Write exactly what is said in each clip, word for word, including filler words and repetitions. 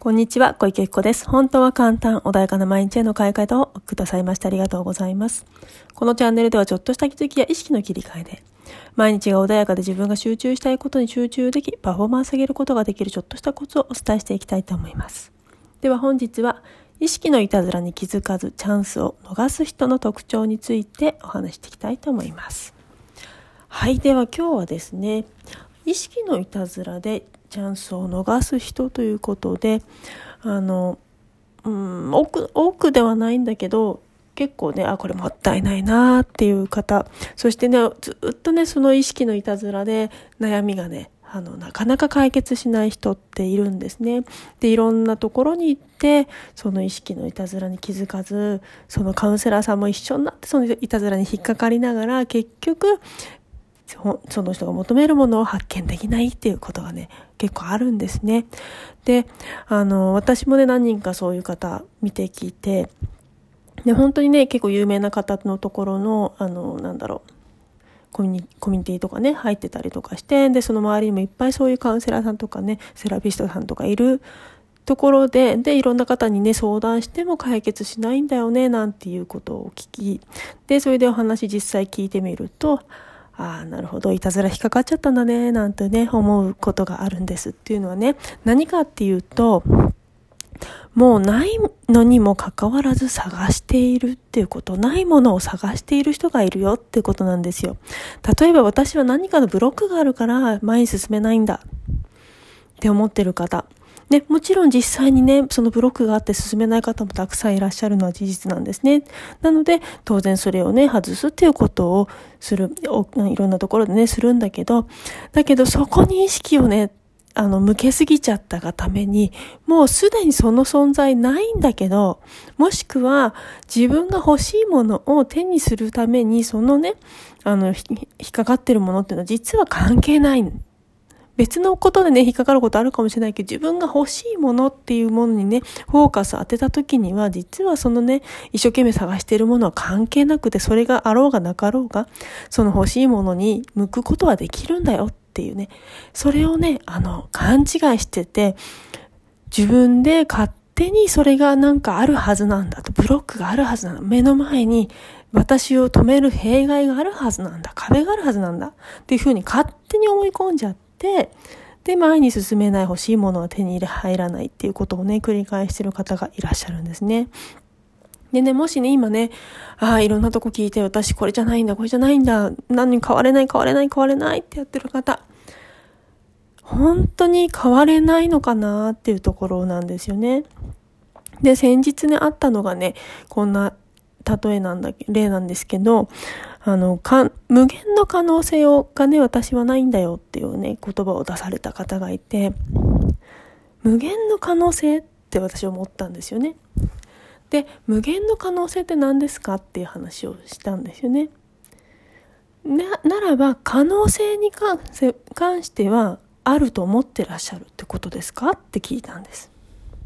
こんにちは、小池由紀子です。本当は簡単、穏やかな毎日への変え方をくださいましてありがとうございます。このチャンネルではちょっとした気づきや意識の切り替えで、毎日が穏やかで自分が集中したいことに集中でき、パフォーマンス上げることができるちょっとしたコツをお伝えしていきたいと思います。では本日は、意識のいたずらに気づかずチャンスを逃す人の特徴についてお話していきたいと思います。はい、では今日はですね、意識のいたずらでチャンスを逃す人ということで、あの、うん、多く、多くではないんだけど、結構ね、あ、これもったいないなっていう方、そしてね、ずっとね、その意識のいたずらで悩みがね、あの、なかなか解決しない人っているんですね。で、いろんなところに行って、その意識のいたずらに気づかず、そのカウンセラーさんも一緒になって、そのいたずらに引っかかりながら、結局、その人が求めるものを発見できないっていうことがね、結構あるんですね。で、あの、私もね、何人かそういう方見てきて、で、本当にね、結構有名な方のところの、あの、なんだろう、コミュニ、コミュニティとかね、入ってたりとかして、で、その周りにもいっぱいそういうカウンセラーさんとかね、セラピストさんとかいるところで、で、いろんな方にね、相談しても解決しないんだよね、なんていうことを聞き、で、それでお話実際聞いてみると、ああ、なるほど、いたずら引っかかっちゃったんだね、なんてね、思うことがあるんですっていうのはね、何かっていうと、もうないのにもかかわらず探しているっていうこと、ないものを探している人がいるよっていうことなんですよ。例えば私は何かのブロックがあるから前に進めないんだって思ってる方。ね、もちろん実際にね、そのブロックがあって進めない方もたくさんいらっしゃるのは事実なんですね。なので、当然それをね、外すっていうことをする、いろんなところでね、するんだけど、だけどそこに意識をね、あの、向けすぎちゃったがために、もうすでにその存在ないんだけど、もしくは自分が欲しいものを手にするために、そのね、あの、引っかかってるものっていうのは実は関係ない。別のことでね、引っかかることあるかもしれないけど、自分が欲しいものっていうものにね、フォーカス当てた時には、実はそのね、一生懸命探しているものは関係なくて、それがあろうがなかろうが、その欲しいものに向くことはできるんだよっていうね、それをね、あの、勘違いしてて、自分で勝手にそれがなんかあるはずなんだと、ブロックがあるはずなんだ、目の前に私を止める弊害があるはずなんだ、壁があるはずなんだっていうふうに勝手に思い込んじゃって、で、で、前に進めない、欲しいものは手に入れ入らないっていうことをね、繰り返している方がいらっしゃるんですね。でね、もしね、今ね、ああ、いろんなとこ聞いて、私これじゃないんだ、これじゃないんだ、何に変われない、変われない、変われないってやってる方、本当に変われないのかなっていうところなんですよね。で、先日ね、あったのがね、こんな例えなんだ、例なんですけど、あの、か、無限の可能性をがね、私はないんだよっていうね、言葉を出された方がいて、無限の可能性って私は思ったんですよね。で、無限の可能性って何ですかっていう話をしたんですよね。な、ならば、可能性に関せ、関しては、あると思ってらっしゃるってことですかって聞いたんです。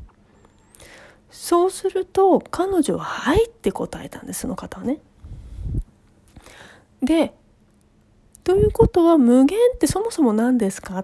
そうすると、彼女ははいって答えたんです、その方はね。で、ということは無限ってそもそも何ですかって。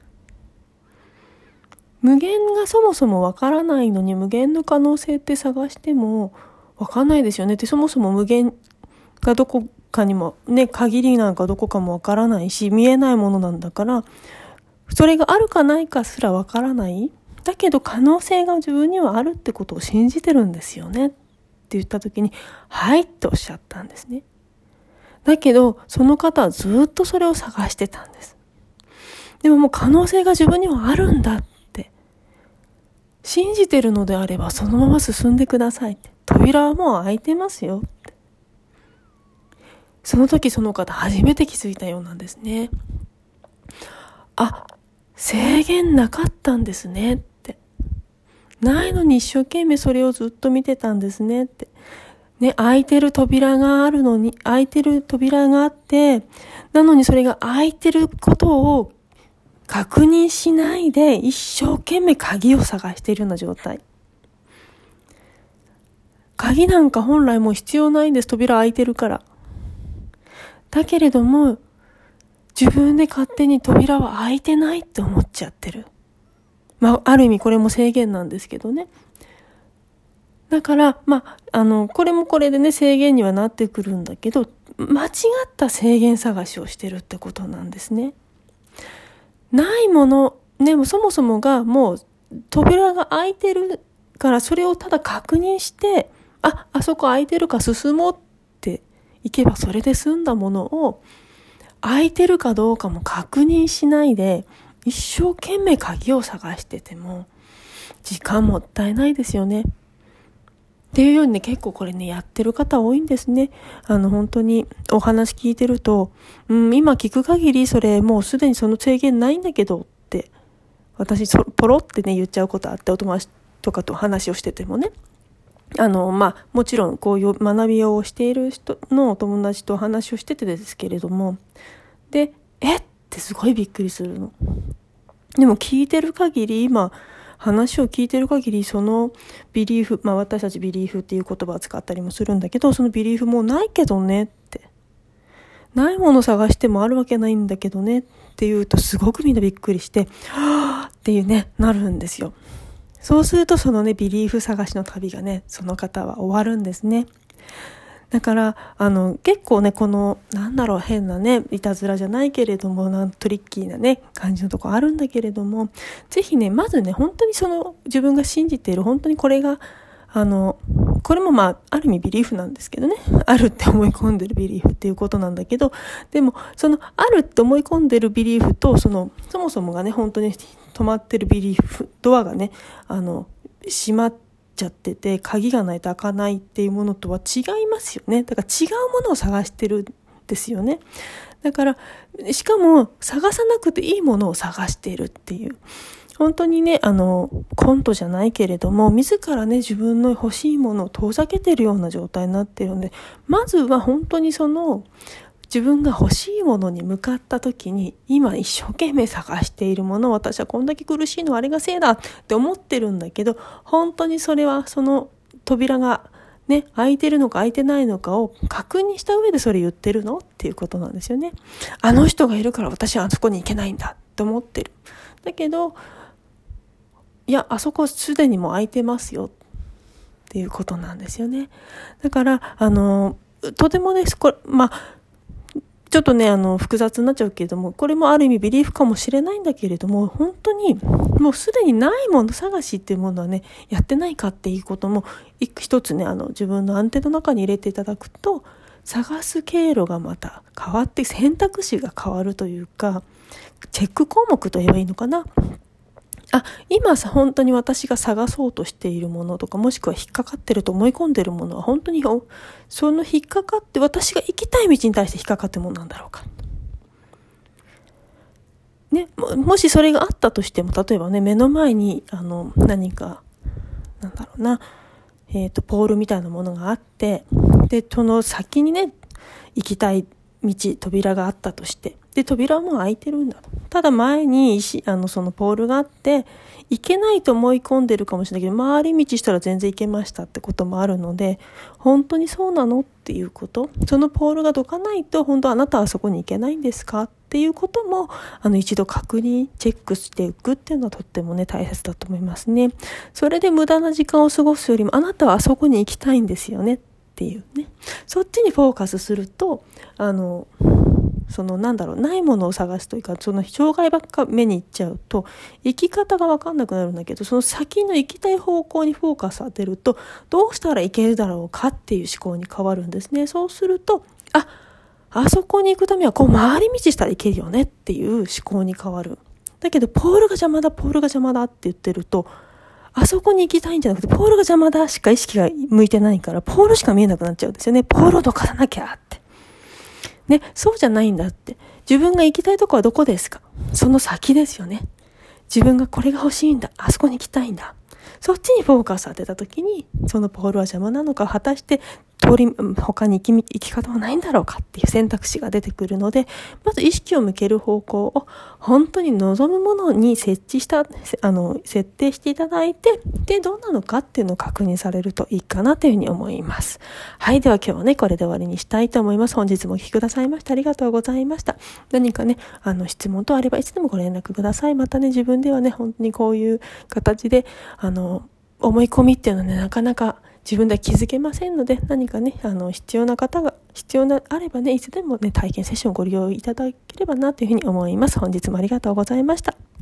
無限がそもそもわからないのに無限の可能性って探してもわかんないですよねって、そもそも無限がどこかにもね、限りなんかどこかもわからないし、見えないものなんだから、それがあるかないかすらわからない。だけど可能性が自分にはあるってことを信じてるんですよねって言った時に、はいっておっしゃったんですね。だけど、その方はずっとそれを探してたんです。でももう可能性が自分にはあるんだって。信じてるのであればそのまま進んでくださいって。扉はもう開いてますよって。その時その方初めて気づいたようなんですね。あ、制限なかったんですねって。ないのに一生懸命それをずっと見てたんですねって。ね、開いてる扉があるのに、開いてる扉があって、なのにそれが開いてることを確認しないで一生懸命鍵を探しているような状態。鍵なんか本来もう必要ないんです。扉開いてるから。だけれども、自分で勝手に扉は開いてないって思っちゃってる。 まあ、ある意味これも制限なんですけどね。だから、まあ、あの、これもこれでね、制限にはなってくるんだけど、間違った制限探しをしてるってことなんですね。ないもの、ね、もうそもそもがもう扉が開いてるから、それをただ確認して、あ、あそこ開いてるか進もうって行けばそれで済んだものを、開いてるかどうかも確認しないで、一生懸命鍵を探してても、時間もったいないですよね。っていうようにね、結構これね、やってる方多いんですね。あの、本当にお話聞いてると、うん、今聞く限りそれもうすでにその制限ないんだけどって、私そポロってね、言っちゃうことあって、お友達とかと話をしててもね。あの、まあ、もちろんこういう学びをしている人のお友達と話をしててですけれども、で、えってすごいびっくりするの。でも聞いてる限り、今、話を聞いてる限り、そのビリーフ、まあ私たちビリーフっていう言葉を使ったりもするんだけど、そのビリーフもうないけどねって。ないもの探してもあるわけないんだけどねって言うとすごくみんなびっくりして、はぁっていうね、なるんですよ。そうするとそのね、ビリーフ探しの旅がね、その方は終わるんですね。だから、あの、結構ね、この、なんだろう、変なね、いたずらじゃないけれども、なんトリッキーなね、感じのとこあるんだけれども、ぜひね、まずね、本当にその、自分が信じている、本当にこれが、あの、これもまあ、ある意味ビリーフなんですけどね、あるって思い込んでるビリーフっていうことなんだけど、でも、その、あるって思い込んでるビリーフと、その、そもそもがね、本当に止まってるビリーフ、ドアがね、あの、閉まって、ちゃってて鍵がないと開かないっていうものとは違いますよね。だから違うものを探してるんですよね。だからしかも探さなくていいものを探しているっていう、本当にね、あのコントじゃないけれども、自らね、自分の欲しいものを遠ざけてるような状態になってるので、まずは本当にその自分が欲しいものに向かった時に、今一生懸命探しているもの、私はこんだけ苦しいのはあれがせいだって思ってるんだけど、本当にそれはその扉がね、開いてるのか開いてないのかを確認した上でそれ言ってるのっていうことなんですよね。あの人がいるから私はあそこに行けないんだって思ってる。だけど、いや、あそこすでにもう開いてますよっていうことなんですよね。だから、あの、とてもね、これ、まあ、ちょっとね、あの、複雑になっちゃうけれども、これもある意味ビリーフかもしれないんだけれども、本当にもうすでにないもの探しっていうものはね、やってないかっていうことも、一つね、あの、自分のアンテナの中に入れていただくと、探す経路がまた変わって、選択肢が変わるというか、チェック項目と言えばいいのかな。あ、今さ、本当に私が探そうとしているものとか、もしくは引っかかってると思い込んでるものは、本当にその引っかかって、私が行きたい道に対して引っかかってるものなんだろうか。ね、も、もしそれがあったとしても、例えばね、目の前に、あの、何か、なんだろうな、えっと、ポールみたいなものがあって、で、その先にね、行きたい道、扉があったとして、で、扉はもう開いてるんだと。ただ前に石、あの、そのポールがあって、行けないと思い込んでるかもしれないけど、回り道したら全然行けましたってこともあるので、本当にそうなのっていうこと、そのポールがどかないと、本当あなたはそこに行けないんですかっていうことも、あの、一度確認、チェックしていくっていうのはとってもね、大切だと思いますね。それで無駄な時間を過ごすよりも、あなたはあそこに行きたいんですよねっていうね。そっちにフォーカスすると、あの、そのなんだろう、ないものを探すというか、その障害ばっか目に行っちゃうと、生き方が分かんなくなるんだけど、その先の行きたい方向にフォーカス当てると、どうしたらいけるだろうかっていう思考に変わるんですね。そうすると、あ、あそこに行くためにはこう回り道したらいけるよねっていう思考に変わる。だけど、ポールが邪魔だ、ポールが邪魔だって言ってると、あそこに行きたいんじゃなくて、ポールが邪魔だしか意識が向いてないから、ポールしか見えなくなっちゃうんですよね。ポールをどかさなきゃって。ね、そうじゃないんだって。自分が行きたいとこはどこですか？その先ですよね。自分がこれが欲しいんだ。あそこに行きたいんだ。そっちにフォーカス当てたときに、そのポールは邪魔なのか、果たして通り、他に生き、生き方はないんだろうかっていう選択肢が出てくるので、まず意識を向ける方向を本当に望むものに設置した、あの、設定していただいて、で、どうなのかっていうのを確認されるといいかなというふうに思います。はい。では今日はね、これで終わりにしたいと思います。本日もお聞きくださいましてありがとうございました。何かね、あの、質問等あればいつでもご連絡ください。またね、自分ではね、本当にこういう形で、あの、思い込みっていうのはね、なかなか自分では気づけませんので、何かね、あの、必要な方が、必要な、あればね、いつでもね、体験セッションをご利用いただければなというふうに思います。本日もありがとうございました。